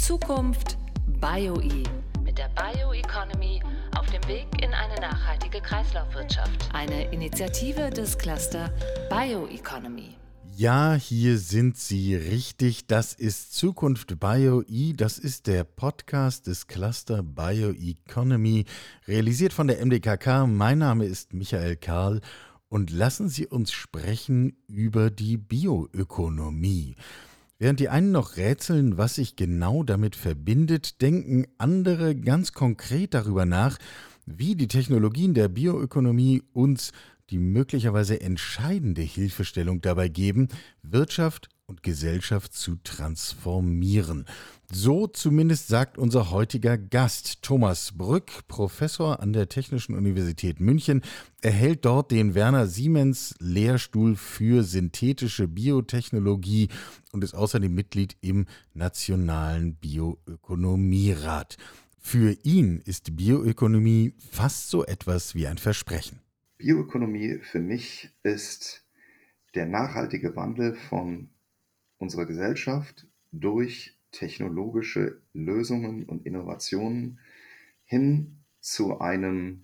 Zukunft BioE mit der Bioeconomy auf dem Weg in eine nachhaltige Kreislaufwirtschaft. Eine Initiative des Cluster Bioeconomy. Ja, hier sind Sie richtig. Das ist Zukunft BioE. Das ist der Podcast des Cluster Bioeconomy, realisiert von der MDKK. Mein Name ist Michael Karl und lassen Sie uns sprechen über die Bioökonomie. Während die einen noch rätseln, was sich genau damit verbindet, denken andere ganz konkret darüber nach, wie die Technologien der Bioökonomie uns die möglicherweise entscheidende Hilfestellung dabei geben, Wirtschaft und Gesellschaft zu transformieren. So zumindest sagt unser heutiger Gast, Thomas Brück, Professor an der Technischen Universität München. Er hält dort den Werner-Siemens-Lehrstuhl für synthetische Biotechnologie und ist außerdem Mitglied im Nationalen Bioökonomierat. Für ihn ist Bioökonomie fast so etwas wie ein Versprechen. Bioökonomie für mich ist der nachhaltige Wandel von unserer Gesellschaft durch technologische Lösungen und Innovationen hin zu einem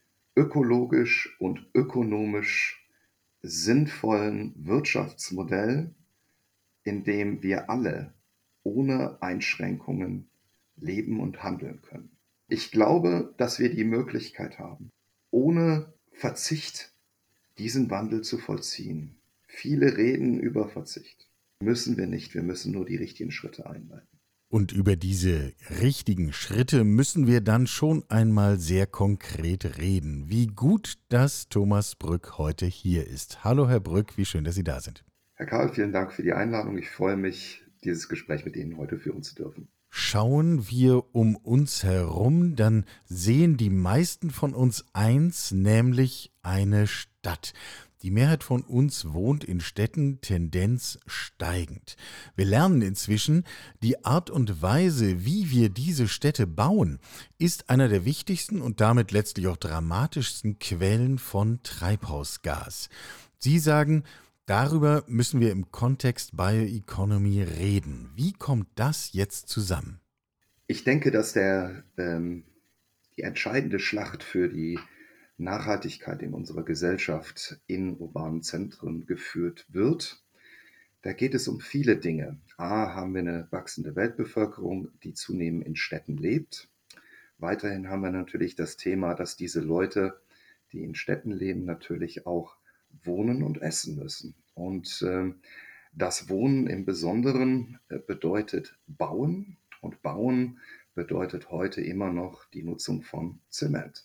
ökologisch und ökonomisch sinnvollen Wirtschaftsmodell, in dem wir alle ohne Einschränkungen leben und handeln können. Ich glaube, dass wir die Möglichkeit haben, ohne Verzicht diesen Wandel zu vollziehen. Viele reden über Verzicht. Müssen wir nicht, wir müssen nur die richtigen Schritte einleiten. Und über diese richtigen Schritte müssen wir dann schon einmal sehr konkret reden. Wie gut, dass Thomas Brück heute hier ist. Hallo Herr Brück, wie schön, dass Sie da sind. Herr Karl, vielen Dank für die Einladung. Ich freue mich, dieses Gespräch mit Ihnen heute führen zu dürfen. Schauen wir um uns herum, dann sehen die meisten von uns eins, nämlich eine Stadt. Die Mehrheit von uns wohnt in Städten, Tendenz steigend. Wir lernen inzwischen, die Art und Weise, wie wir diese Städte bauen, ist einer der wichtigsten und damit letztlich auch dramatischsten Quellen von Treibhausgas. Sie sagen, darüber müssen wir im Kontext Bioeconomy reden. Wie kommt das jetzt zusammen? Ich denke, dass die entscheidende Schlacht für die Nachhaltigkeit in unserer Gesellschaft in urbanen Zentren geführt wird. Da geht es um viele Dinge. A, haben wir eine wachsende Weltbevölkerung, die zunehmend in Städten lebt. Weiterhin haben wir natürlich das Thema, dass diese Leute, die in Städten leben, natürlich auch wohnen und essen müssen. Und das Wohnen im Besonderen bedeutet Bauen. Und Bauen bedeutet heute immer noch die Nutzung von Zement.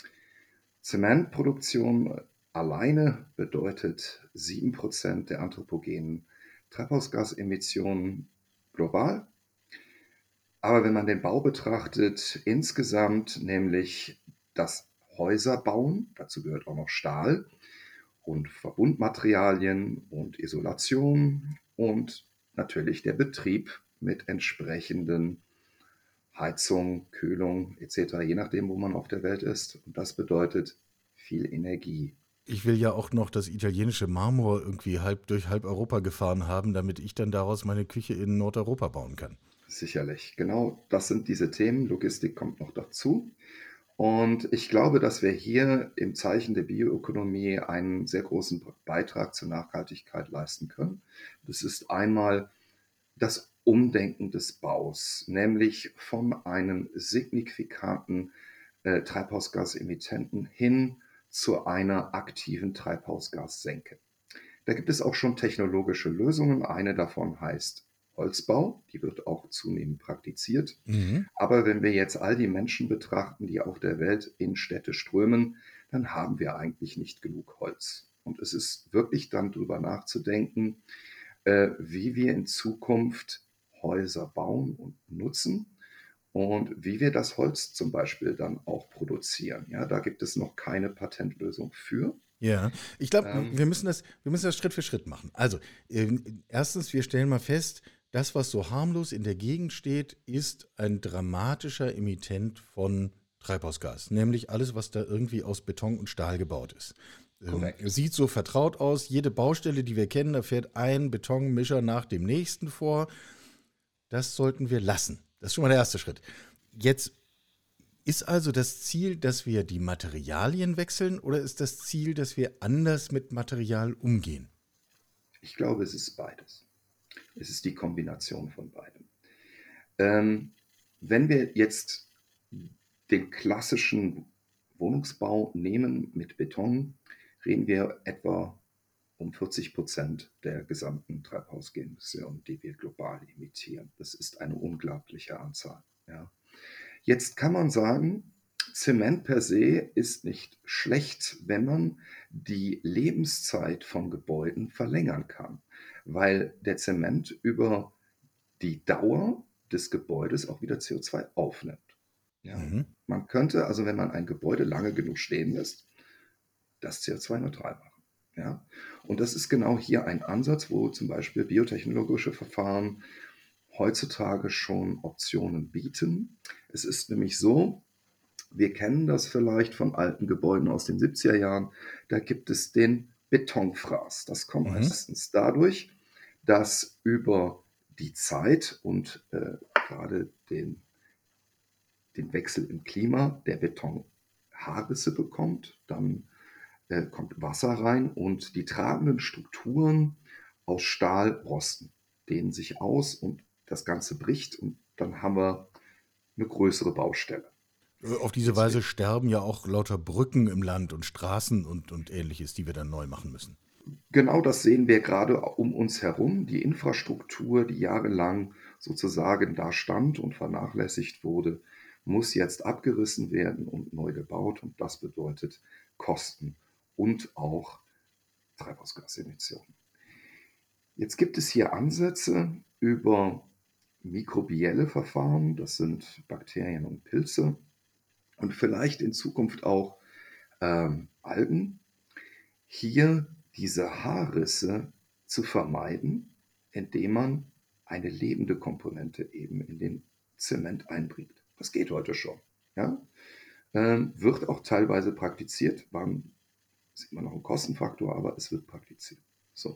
Zementproduktion alleine bedeutet 7% der anthropogenen Treibhausgasemissionen global. Aber wenn man den Bau betrachtet, insgesamt nämlich das Häuserbauen, dazu gehört auch noch Stahl und Verbundmaterialien und Isolation und natürlich der Betrieb mit entsprechenden Heizung, Kühlung etc., je nachdem, wo man auf der Welt ist. Und das bedeutet viel Energie. Ich will ja auch noch das italienische Marmor irgendwie durch halb Europa gefahren haben, damit ich dann daraus meine Küche in Nordeuropa bauen kann. Sicherlich, genau, das sind diese Themen. Logistik kommt noch dazu. Und ich glaube, dass wir hier im Zeichen der Bioökonomie einen sehr großen Beitrag zur Nachhaltigkeit leisten können. Das ist einmal das Umdenken des Baus, nämlich von einem signifikanten Treibhausgasemittenten hin zu einer aktiven Treibhausgassenke. Da gibt es auch schon technologische Lösungen. Eine davon heißt Holzbau, die wird auch zunehmend praktiziert. Aber wenn wir jetzt all die Menschen betrachten, die auf der Welt in Städte strömen, dann haben wir eigentlich nicht genug Holz. Und es ist wirklich dann drüber nachzudenken, wie wir in Zukunft Häuser bauen und nutzen und wie wir das Holz zum Beispiel dann auch produzieren. Ja, da gibt es noch keine Patentlösung für. Ja, ich glaube, wir müssen das Schritt für Schritt machen. Also, erstens, wir stellen mal fest, das, was so harmlos in der Gegend steht, ist ein dramatischer Emittent von Treibhausgas, nämlich alles, was da irgendwie aus Beton und Stahl gebaut ist. Sieht so vertraut aus. Jede Baustelle, die wir kennen, da fährt ein Betonmischer nach dem nächsten vor. Das sollten wir lassen. Das ist schon mal der erste Schritt. Jetzt ist also das Ziel, dass wir die Materialien wechseln oder ist das Ziel, dass wir anders mit Material umgehen? Ich glaube, es ist beides. Es ist die Kombination von beidem. Ähm, Wenn wir jetzt den klassischen Wohnungsbau nehmen mit Beton, reden wir etwa um 40% der gesamten Treibhausgasemissionen, die wir global emittieren. Das ist eine unglaubliche Anzahl. Ja. Jetzt kann man sagen, Zement per se ist nicht schlecht, wenn man die Lebenszeit von Gebäuden verlängern kann, weil der Zement über die Dauer des Gebäudes auch wieder CO2 aufnimmt. Ja. Mhm. Man könnte also, wenn man ein Gebäude lange genug stehen lässt, das CO2-neutral machen. Ja? Und das ist genau hier ein Ansatz, wo zum Beispiel biotechnologische Verfahren heutzutage schon Optionen bieten. Es ist nämlich so, wir kennen das vielleicht von alten Gebäuden aus den 70er Jahren, da gibt es den Betonfraß. Das kommt meistens dadurch, dass über die Zeit und gerade den Wechsel im Klima der Beton Haarrisse bekommt, dann kommt Wasser rein und die tragenden Strukturen aus Stahl rosten, dehnen sich aus und das Ganze bricht und dann haben wir eine größere Baustelle. Auf diese Weise sterben ja auch lauter Brücken im Land und Straßen und Ähnliches, die wir dann neu machen müssen. Genau das sehen wir gerade um uns herum. Die Infrastruktur, die jahrelang sozusagen da stand und vernachlässigt wurde, muss jetzt abgerissen werden und neu gebaut. Und das bedeutet Kosten und auch Treibhausgasemissionen. Jetzt gibt es hier Ansätze über mikrobielle Verfahren, das sind Bakterien und Pilze und vielleicht in Zukunft auch Algen, hier diese Haarrisse zu vermeiden, indem man eine lebende Komponente eben in den Zement einbringt. Das geht heute schon. Ja? Wird auch teilweise praktiziert, ist immer noch ein Kostenfaktor, aber es wird praktiziert. So.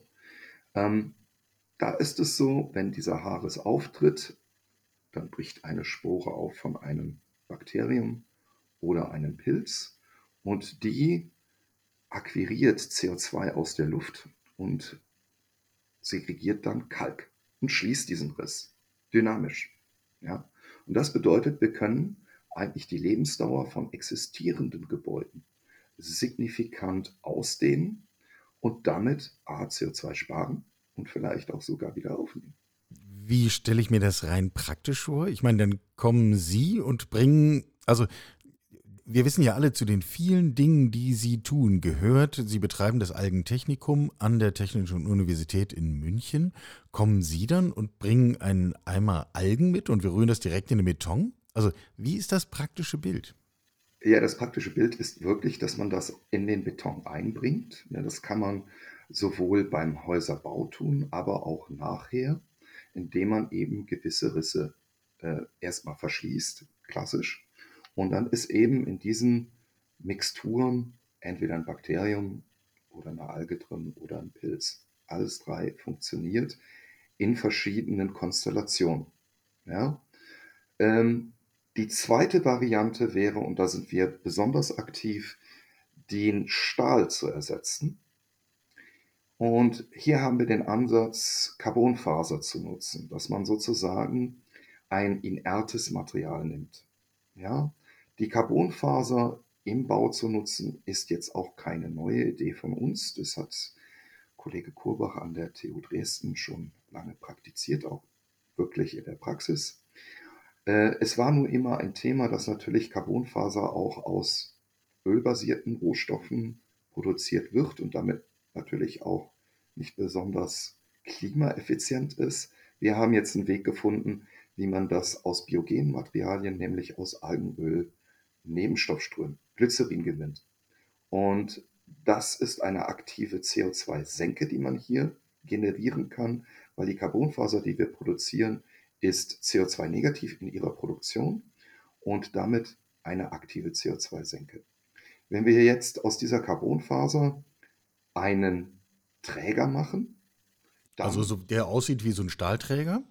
Da ist es so, wenn dieser Haarriss auftritt, dann bricht eine Spore auf von einem Bakterium oder einem Pilz und die akquiriert CO2 aus der Luft und segregiert dann Kalk und schließt diesen Riss dynamisch. Ja? Und das bedeutet, wir können eigentlich die Lebensdauer von existierenden Gebäuden signifikant ausdehnen und damit CO2 sparen und vielleicht auch sogar wieder aufnehmen. Wie stelle ich mir das rein praktisch vor? Ich meine, dann kommen Sie und bringen, also wir wissen ja alle, zu den vielen Dingen, die Sie tun, gehört, Sie betreiben das Algentechnikum an der Technischen Universität in München. Kommen Sie dann und bringen einen Eimer Algen mit und wir rühren das direkt in den Beton? Also wie ist das praktische Bild? Ja, das praktische Bild ist wirklich, dass man das in den Beton einbringt. Ja, das kann man sowohl beim Häuserbau tun, aber auch nachher, indem man eben gewisse Risse erstmal verschließt, klassisch. Und dann ist eben in diesen Mixturen entweder ein Bakterium oder eine Alge drin oder ein Pilz. Alles drei funktioniert in verschiedenen Konstellationen. Ja? Die zweite Variante wäre, und da sind wir besonders aktiv, den Stahl zu ersetzen. Und hier haben wir den Ansatz, Carbonfaser zu nutzen, dass man sozusagen ein inertes Material nimmt. Ja? Die Carbonfaser im Bau zu nutzen, ist jetzt auch keine neue Idee von uns. Das hat Kollege Kurbach an der TU Dresden schon lange praktiziert, auch wirklich in der Praxis. Es war nur immer ein Thema, dass natürlich Carbonfaser auch aus ölbasierten Rohstoffen produziert wird und damit natürlich auch nicht besonders klimaeffizient ist. Wir haben jetzt einen Weg gefunden, wie man das aus biogenen Materialien, nämlich aus Algenöl, Nebenstoffströmen, Glycerin gewinnt. Und das ist eine aktive CO2-Senke, die man hier generieren kann, weil die Carbonfaser, die wir produzieren, ist CO2-negativ in ihrer Produktion und damit eine aktive CO2-Senke. Wenn wir jetzt aus dieser Carbonfaser einen Träger machen, dann Also so, der aussieht wie so ein Stahlträger?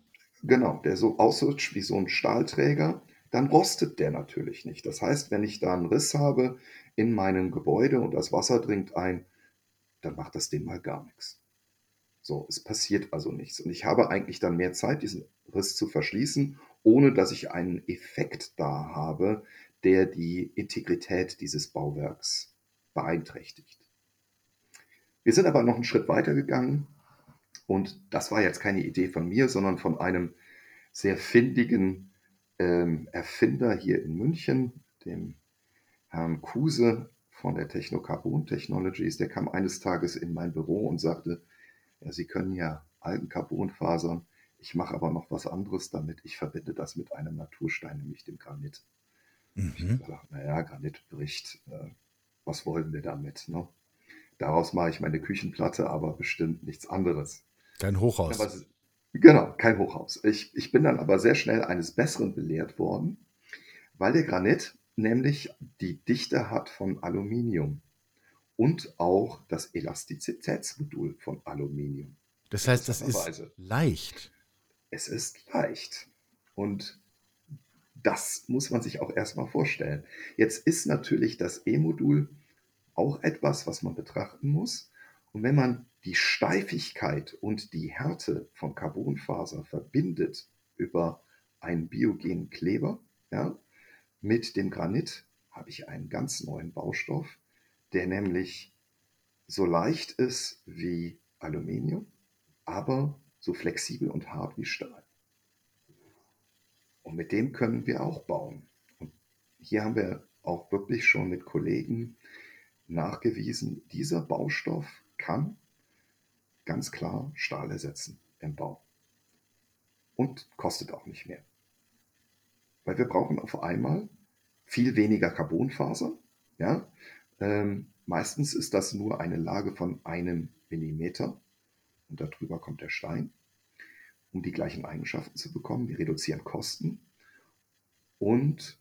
Genau, der so aussieht wie so ein Stahlträger, dann rostet der natürlich nicht. Das heißt, wenn ich da einen Riss habe in meinem Gebäude und das Wasser dringt ein, dann macht das Ding mal gar nichts. So, es passiert also nichts. Und ich habe eigentlich dann mehr Zeit, diesen Riss zu verschließen, ohne dass ich einen Effekt da habe, der die Integrität dieses Bauwerks beeinträchtigt. Wir sind aber noch einen Schritt weiter gegangen und das war jetzt keine Idee von mir, sondern von einem sehr findigen Erfinder hier in München, dem Herrn Kuse von der Technocarbon Technologies. Der kam eines Tages in mein Büro und sagte, ja, Sie können ja Algencarbonfasern, ich mache aber noch was anderes damit. Ich verbinde das mit einem Naturstein, nämlich dem Granit. Ich habe Mhm. gedacht, naja, Granit bricht, was wollen wir damit? Ne? Daraus mache ich meine Küchenplatte, aber bestimmt nichts anderes. Kein Aber Hochhaus. genau, kein Hochhaus. Ich bin dann aber sehr schnell eines Besseren belehrt worden, weil der Granit nämlich die Dichte hat von Aluminium und auch das Elastizitätsmodul von Aluminium. Das heißt, das ist Interessanterweise. leicht. Es ist leicht. Und das muss man sich auch erstmal vorstellen. Jetzt ist natürlich das E-Modul auch etwas, was man betrachten muss. Und wenn man die Steifigkeit und die Härte von Carbonfaser verbindet über einen biogenen Kleber, ja, mit dem Granit, habe ich einen ganz neuen Baustoff, der nämlich so leicht ist wie Aluminium, aber so flexibel und hart wie Stahl. Und mit dem können wir auch bauen. Und hier haben wir auch wirklich schon mit Kollegen nachgewiesen, dieser Baustoff kann ganz klar Stahl ersetzen im Bau und kostet auch nicht mehr. Weil wir brauchen auf einmal viel weniger Carbonfaser. Ja? Meistens ist das nur eine Lage von 1 mm und darüber kommt der Stein, um die gleichen Eigenschaften zu bekommen. Wir reduzieren Kosten und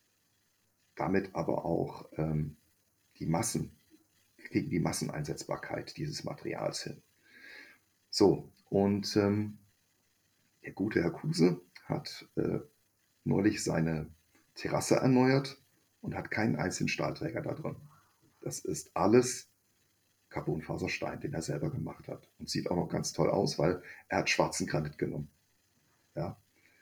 damit aber auch die Massen, kriegen die Masseneinsetzbarkeit dieses Materials hin. So, und der gute Herr Kuse hat neulich seine Terrasse erneuert und hat keinen einzigen Stahlträger da drin. Das ist alles Carbonfaserstein, den er selber gemacht hat. Und sieht auch noch ganz toll aus, weil er hat schwarzen Granit genommen. Ja?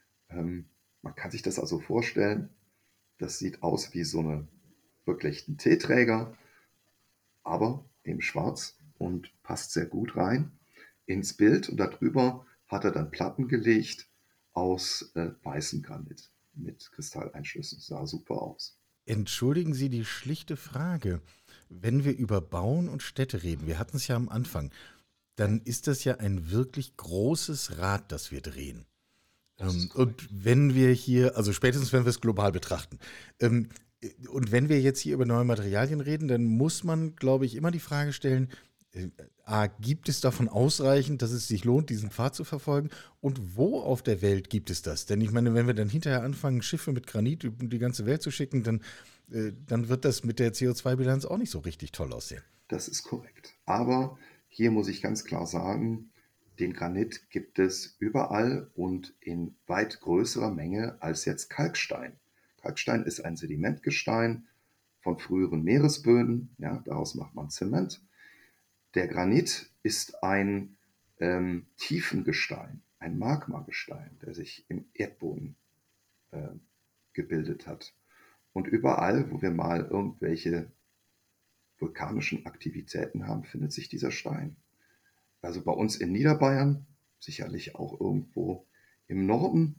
Man kann sich das also vorstellen, das sieht aus wie so eine wirklich ein Teeträger, aber eben schwarz und passt sehr gut rein ins Bild. Und darüber hat er dann Platten gelegt aus weißem Granit mit Kristalleinschlüssen. Sah super aus. Entschuldigen Sie die schlichte Frage. Wenn wir über Bauen und Städte reden, wir hatten es ja am Anfang, Ja, dann ist das ja ein wirklich großes Rad, das wir drehen. das ist Und korrekt. wenn wir hier, also spätestens wenn wir es global betrachten, und wenn wir jetzt hier über neue Materialien reden, dann muss man, glaube ich, immer die Frage stellen, A, gibt es davon ausreichend, dass es sich lohnt, diesen Pfad zu verfolgen? Und wo auf der Welt gibt es das? Denn ich meine, wenn wir dann hinterher anfangen, Schiffe mit Granit um die ganze Welt zu schicken, dann wird das mit der CO2-Bilanz auch nicht so richtig toll aussehen. Das ist korrekt. Aber hier muss ich ganz klar sagen, den Granit gibt es überall und in weit größerer Menge als jetzt Kalkstein. Kalkstein ist ein Sedimentgestein von früheren Meeresböden. Ja, daraus macht man Zement. Der Granit ist ein Tiefengestein, ein Magmagestein, der sich im Erdboden äh, gebildet hat. Und überall, wo wir mal irgendwelche vulkanischen Aktivitäten haben, findet sich dieser Stein. Also bei uns in Niederbayern, sicherlich auch irgendwo im Norden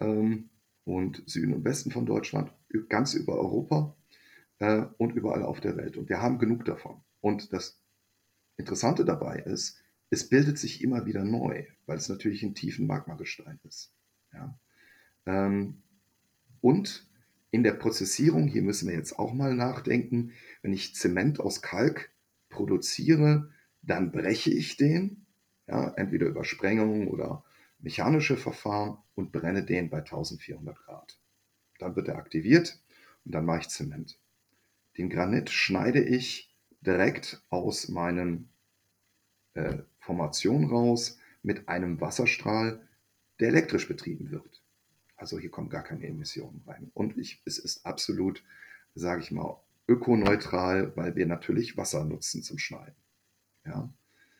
und Süden und Westen von Deutschland, ganz über Europa und überall auf der Welt. Und wir haben genug davon. Und das Interessante dabei ist, es bildet sich immer wieder neu, weil es natürlich in tiefen Magmagestein ist. Ja? Und in der Prozessierung, hier müssen wir jetzt auch mal nachdenken, wenn ich Zement aus Kalk produziere, dann breche ich den, ja, entweder über Sprengung oder mechanische Verfahren und brenne den bei 1400 Grad. Dann wird er aktiviert und dann mache ich Zement. Den Granit schneide ich direkt aus meinem Formation raus mit einem Wasserstrahl der elektrisch betrieben wird. Also hier kommen gar keine Emissionen rein. Und es ist absolut, sage ich mal, ökoneutral, weil wir natürlich Wasser nutzen zum Schneiden. Ja?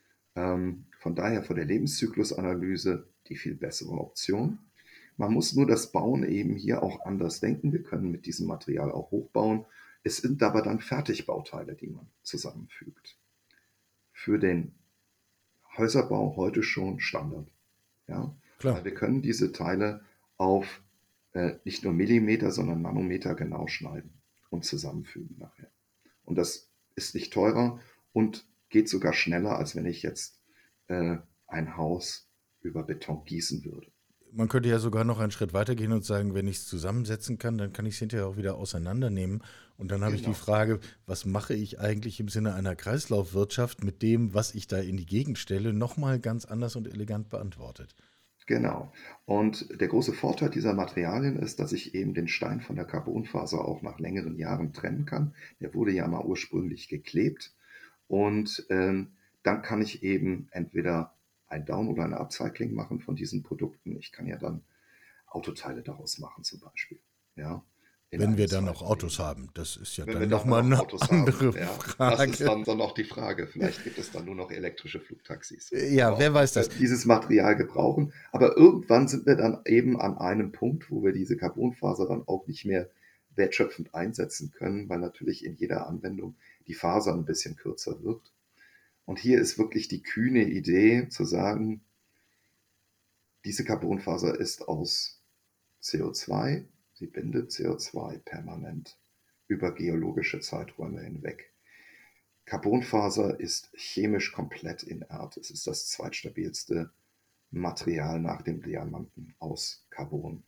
Von daher von der Lebenszyklusanalyse die viel bessere Option. Man muss nur das Bauen eben hier auch anders denken. Wir können mit diesem Material auch hochbauen. Es sind aber dann Fertigbauteile, die man zusammenfügt. Für den Häuserbau heute schon Standard. Ja? Klar. Weil wir können diese Teile auf nicht nur Millimeter, sondern Nanometer genau schneiden und zusammenfügen nachher. Und das ist nicht teurer und geht sogar schneller, als wenn ich jetzt ein Haus über Beton gießen würde. Man könnte ja sogar noch einen Schritt weiter gehen und sagen, wenn ich es zusammensetzen kann, dann kann ich es hinterher auch wieder auseinandernehmen. Und dann habe ich die Frage, was mache ich eigentlich im Sinne einer Kreislaufwirtschaft mit dem, was ich da in die Gegend stelle, nochmal ganz anders und elegant beantwortet. Genau. Und der große Vorteil dieser Materialien ist, dass ich eben den Stein von der Carbonfaser auch nach längeren Jahren trennen kann. Der wurde ja mal ursprünglich geklebt. Und dann kann ich eben entweder ein Down- oder ein Upcycling machen von diesen Produkten. Ich kann ja dann Autoteile daraus machen zum Beispiel. Ja, wenn wir dann noch Autos haben, das ist ja wenn dann wir nochmal eine andere Frage. Das ist dann noch die Frage. Vielleicht gibt es dann nur noch elektrische Flugtaxis. Ja, wer weiß das. Dieses Material gebrauchen. Aber irgendwann sind wir dann eben an einem Punkt, wo wir diese Carbonfaser dann auch nicht mehr wertschöpfend einsetzen können, weil natürlich in jeder Anwendung die Faser ein bisschen kürzer wird. Und hier ist wirklich die kühne Idee zu sagen, diese Carbonfaser ist aus CO2, sie bindet CO2 permanent über geologische Zeiträume hinweg. Carbonfaser ist chemisch komplett inert. Es ist das zweitstabilste Material nach dem Diamanten aus Carbon.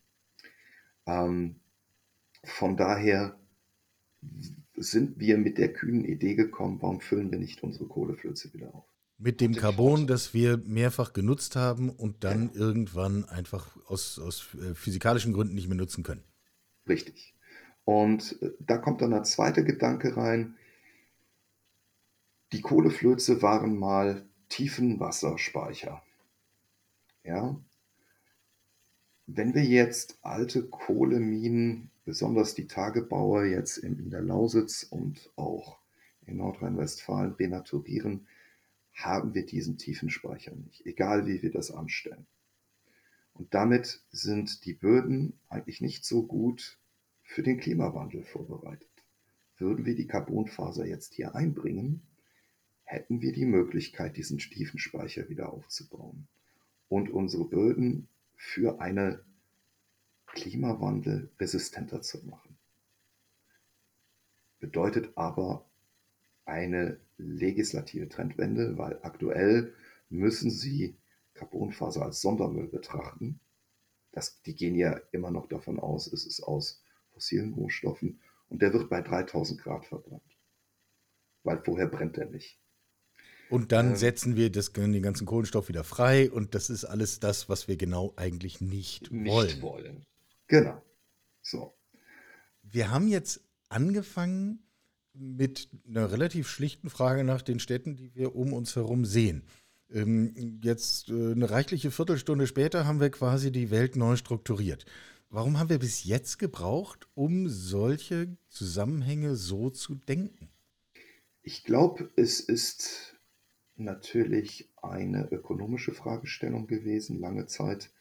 Von daher sind wir mit der kühnen Idee gekommen, warum füllen wir nicht unsere Kohleflöze wieder auf? Mit dem Carbon, das wir mehrfach genutzt haben und dann irgendwann einfach aus physikalischen Gründen nicht mehr nutzen können. Richtig. Und da kommt dann der zweite Gedanke rein. Die Kohleflöze waren mal Tiefenwasserspeicher. Ja? Wenn wir jetzt alte Kohleminen, besonders die Tagebaue jetzt in der Lausitz und auch in Nordrhein-Westfalen renaturieren, haben wir diesen Tiefenspeicher nicht, egal wie wir das anstellen. Und damit sind die Böden eigentlich nicht so gut für den Klimawandel vorbereitet. Würden wir die Carbonfaser jetzt hier einbringen, hätten wir die Möglichkeit, diesen Tiefenspeicher wieder aufzubauen und unsere Böden für einen Klimawandel resistenter zu machen. Bedeutet aber eine legislative Trendwende, weil aktuell müssen Sie Carbonfaser als Sondermüll betrachten. Die gehen ja immer noch davon aus, es ist aus fossilen Rohstoffen und der wird bei 3000 Grad verbrannt, weil vorher brennt er nicht. Und dann setzen wir den ganzen Kohlenstoff wieder frei und das ist alles das, was wir genau eigentlich nicht wollen. Genau. So. Wir haben jetzt angefangen mit einer relativ schlichten Frage nach den Städten, die wir um uns herum sehen. Jetzt eine reichliche Viertelstunde später haben wir quasi die Welt neu strukturiert. Warum haben wir bis jetzt gebraucht, um solche Zusammenhänge so zu denken? Ich glaube, es ist natürlich eine ökonomische Fragestellung gewesen, lange Zeit.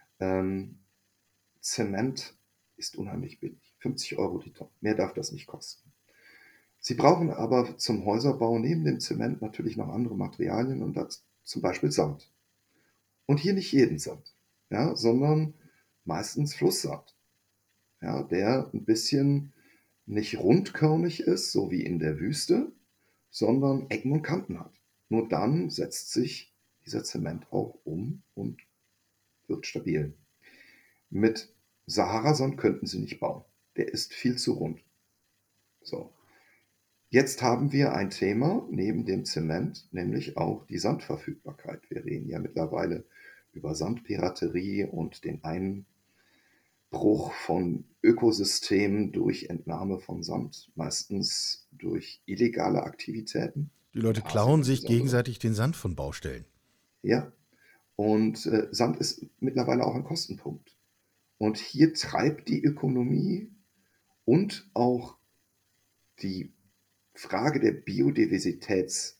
Zement ist unheimlich billig, 50 € die Tonne, mehr darf das nicht kosten. Sie brauchen aber zum Häuserbau neben dem Zement natürlich noch andere Materialien und das zum Beispiel Sand. Und hier nicht jeden Sand, ja, sondern meistens Flusssand, ja, der ein bisschen nicht rundkörnig ist, so wie in der Wüste, sondern Ecken und Kanten hat. Nur dann setzt sich dieser Zement auch um und wird stabil. Mit Saharasand könnten Sie nicht bauen. Der ist viel zu rund. So. Jetzt haben wir ein Thema neben dem Zement, nämlich auch die Sandverfügbarkeit. Wir reden ja mittlerweile über Sandpiraterie und den Einbruch von Ökosystemen durch Entnahme von Sand, meistens durch illegale Aktivitäten. Die Leute klauen sich gegenseitig den Sand von Baustellen. Ja, Und Sand ist mittlerweile auch ein Kostenpunkt. Und hier treibt die Ökonomie und auch die Frage der Biodiversitätsschutz,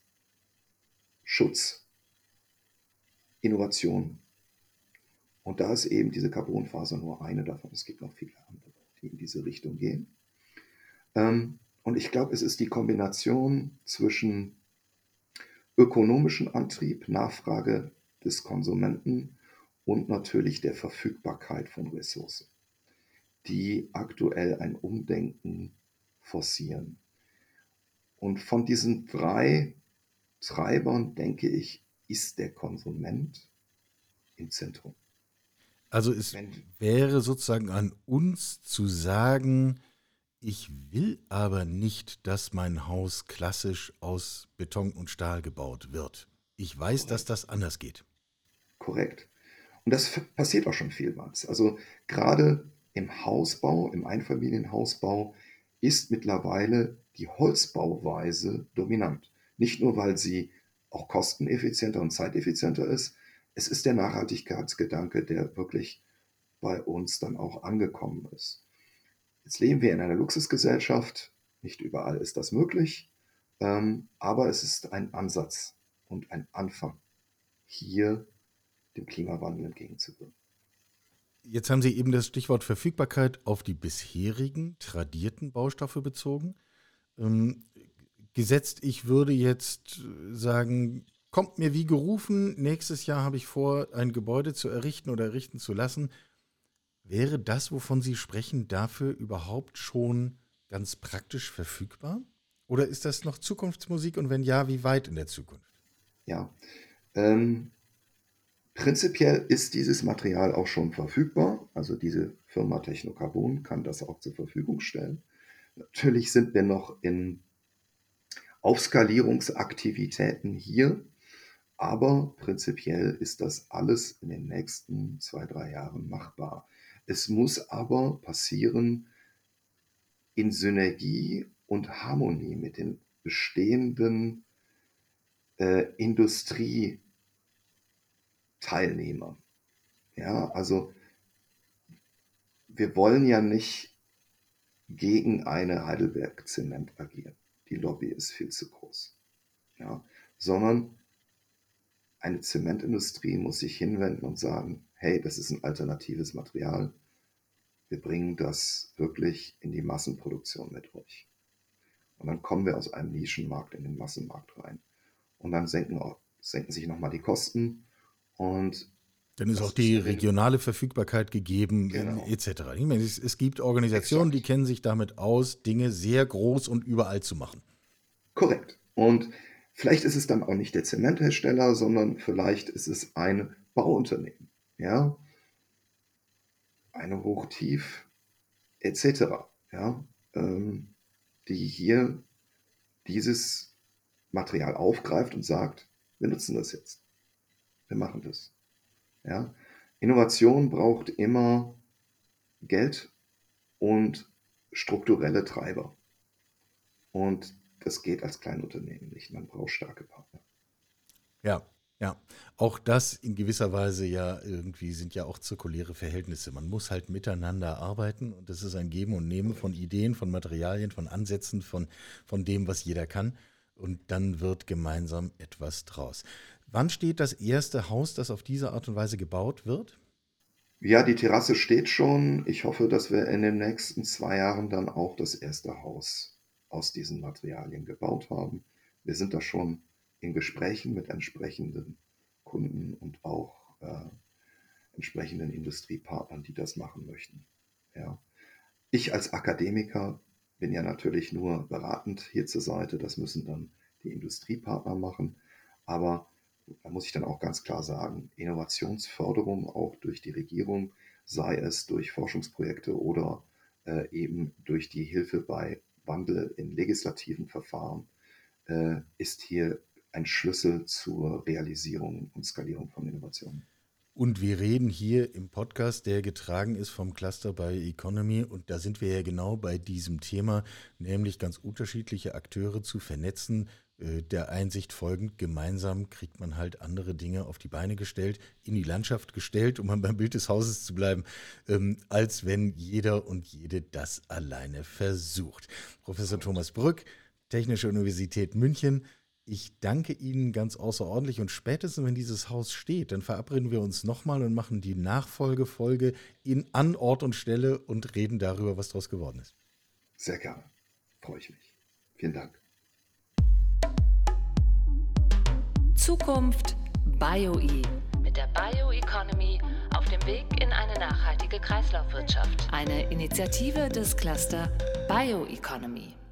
Innovation. Und da ist eben diese Carbonfaser nur eine davon. Es gibt noch viele andere, die in diese Richtung gehen. Und ich glaube, es ist die Kombination zwischen ökonomischem Antrieb, Nachfrage des Konsumenten und natürlich der Verfügbarkeit von Ressourcen, die aktuell ein Umdenken forcieren. Und von diesen 3 Treibern, denke ich, ist der Konsument im Zentrum. Also es wäre sozusagen an uns zu sagen, ich will aber nicht, dass mein Haus klassisch aus Beton und Stahl gebaut wird. Ich weiß, dass das anders geht. Korrekt. Und das passiert auch schon vielmals. Also gerade im Hausbau, im Einfamilienhausbau ist mittlerweile die Holzbauweise dominant. Nicht nur, weil sie auch kosteneffizienter und zeiteffizienter ist, es ist der Nachhaltigkeitsgedanke, der wirklich bei uns dann auch angekommen ist. Jetzt leben wir in einer Luxusgesellschaft, nicht überall ist das möglich, aber es ist ein Ansatz und ein Anfang, hier dem Klimawandel entgegenzuwirken. Jetzt haben Sie eben das Stichwort Verfügbarkeit auf die bisherigen tradierten Baustoffe bezogen. Gesetzt, ich würde jetzt sagen, kommt mir wie gerufen, nächstes Jahr habe ich vor, ein Gebäude zu errichten oder errichten zu lassen. Wäre das, wovon Sie sprechen, dafür überhaupt schon ganz praktisch verfügbar? Oder ist das noch Zukunftsmusik und wenn ja, wie weit in der Zukunft? Ja, prinzipiell ist dieses Material auch schon verfügbar. Also diese Firma Technocarbon kann das auch zur Verfügung stellen. Natürlich sind wir noch in Aufskalierungsaktivitäten hier, aber prinzipiell ist das alles in den nächsten 2, 3 Jahren machbar. Es muss aber passieren in Synergie und Harmonie mit den bestehenden Industrieteilnehmern. Ja, also wir wollen ja nicht gegen eine Heidelberg Zement agieren. Die Lobby ist viel zu groß. Ja, sondern eine Zementindustrie muss sich hinwenden und sagen, hey, das ist ein alternatives Material. Wir bringen das wirklich in die Massenproduktion mit euch. Und dann kommen wir aus einem Nischenmarkt in den Massenmarkt rein. Und dann senken sich nochmal die Kosten und dann ist auch die regionale Verfügbarkeit gegeben, genau. etc. Es gibt Organisationen, die kennen sich damit aus, Dinge sehr groß und überall zu machen. Korrekt. Und vielleicht ist es dann auch nicht der Zementhersteller, sondern vielleicht ist es ein Bauunternehmen, ja, eine Hochtief etc., ja, die hier dieses Material aufgreift und sagt, wir nutzen das jetzt, wir machen das. Ja. Innovation braucht immer Geld und strukturelle Treiber. Und das geht als Kleinunternehmen nicht. Man braucht starke Partner. Ja, ja. Auch das in gewisser Weise ja irgendwie sind ja auch zirkuläre Verhältnisse. Man muss halt miteinander arbeiten und das ist ein Geben und Nehmen von Ideen, von Materialien, von Ansätzen, von dem, was jeder kann. Und dann wird gemeinsam etwas draus. Wann steht das erste Haus, das auf diese Art und Weise gebaut wird? Ja, die Terrasse steht schon. Ich hoffe, dass wir in den nächsten 2 Jahren dann auch das erste Haus aus diesen Materialien gebaut haben. Wir sind da schon in Gesprächen mit entsprechenden Kunden und auch entsprechenden Industriepartnern, die das machen möchten. Ja. Ich als Akademiker bin ja natürlich nur beratend hier zur Seite. Das müssen dann die Industriepartner machen. Aber da muss ich dann auch ganz klar sagen, Innovationsförderung auch durch die Regierung, sei es durch Forschungsprojekte oder eben durch die Hilfe bei Wandel in legislativen Verfahren, ist hier ein Schlüssel zur Realisierung und Skalierung von Innovationen. Und wir reden hier im Podcast, der getragen ist vom Cluster Bioeconomy. Und da sind wir ja genau bei diesem Thema, nämlich ganz unterschiedliche Akteure zu vernetzen, der Einsicht folgend, gemeinsam kriegt man halt andere Dinge auf die Beine gestellt, in die Landschaft gestellt, um beim Bild des Hauses zu bleiben, als wenn jeder und jede das alleine versucht. Professor Thomas Brück, Technische Universität München, ich danke Ihnen ganz außerordentlich und spätestens, wenn dieses Haus steht, dann verabreden wir uns nochmal und machen die Nachfolgefolge an Ort und Stelle und reden darüber, was daraus geworden ist. Sehr gerne. Freue ich mich. Vielen Dank. Zukunft BioE mit der Bioeconomy auf dem Weg in eine nachhaltige Kreislaufwirtschaft. Eine Initiative des Cluster Bioeconomy.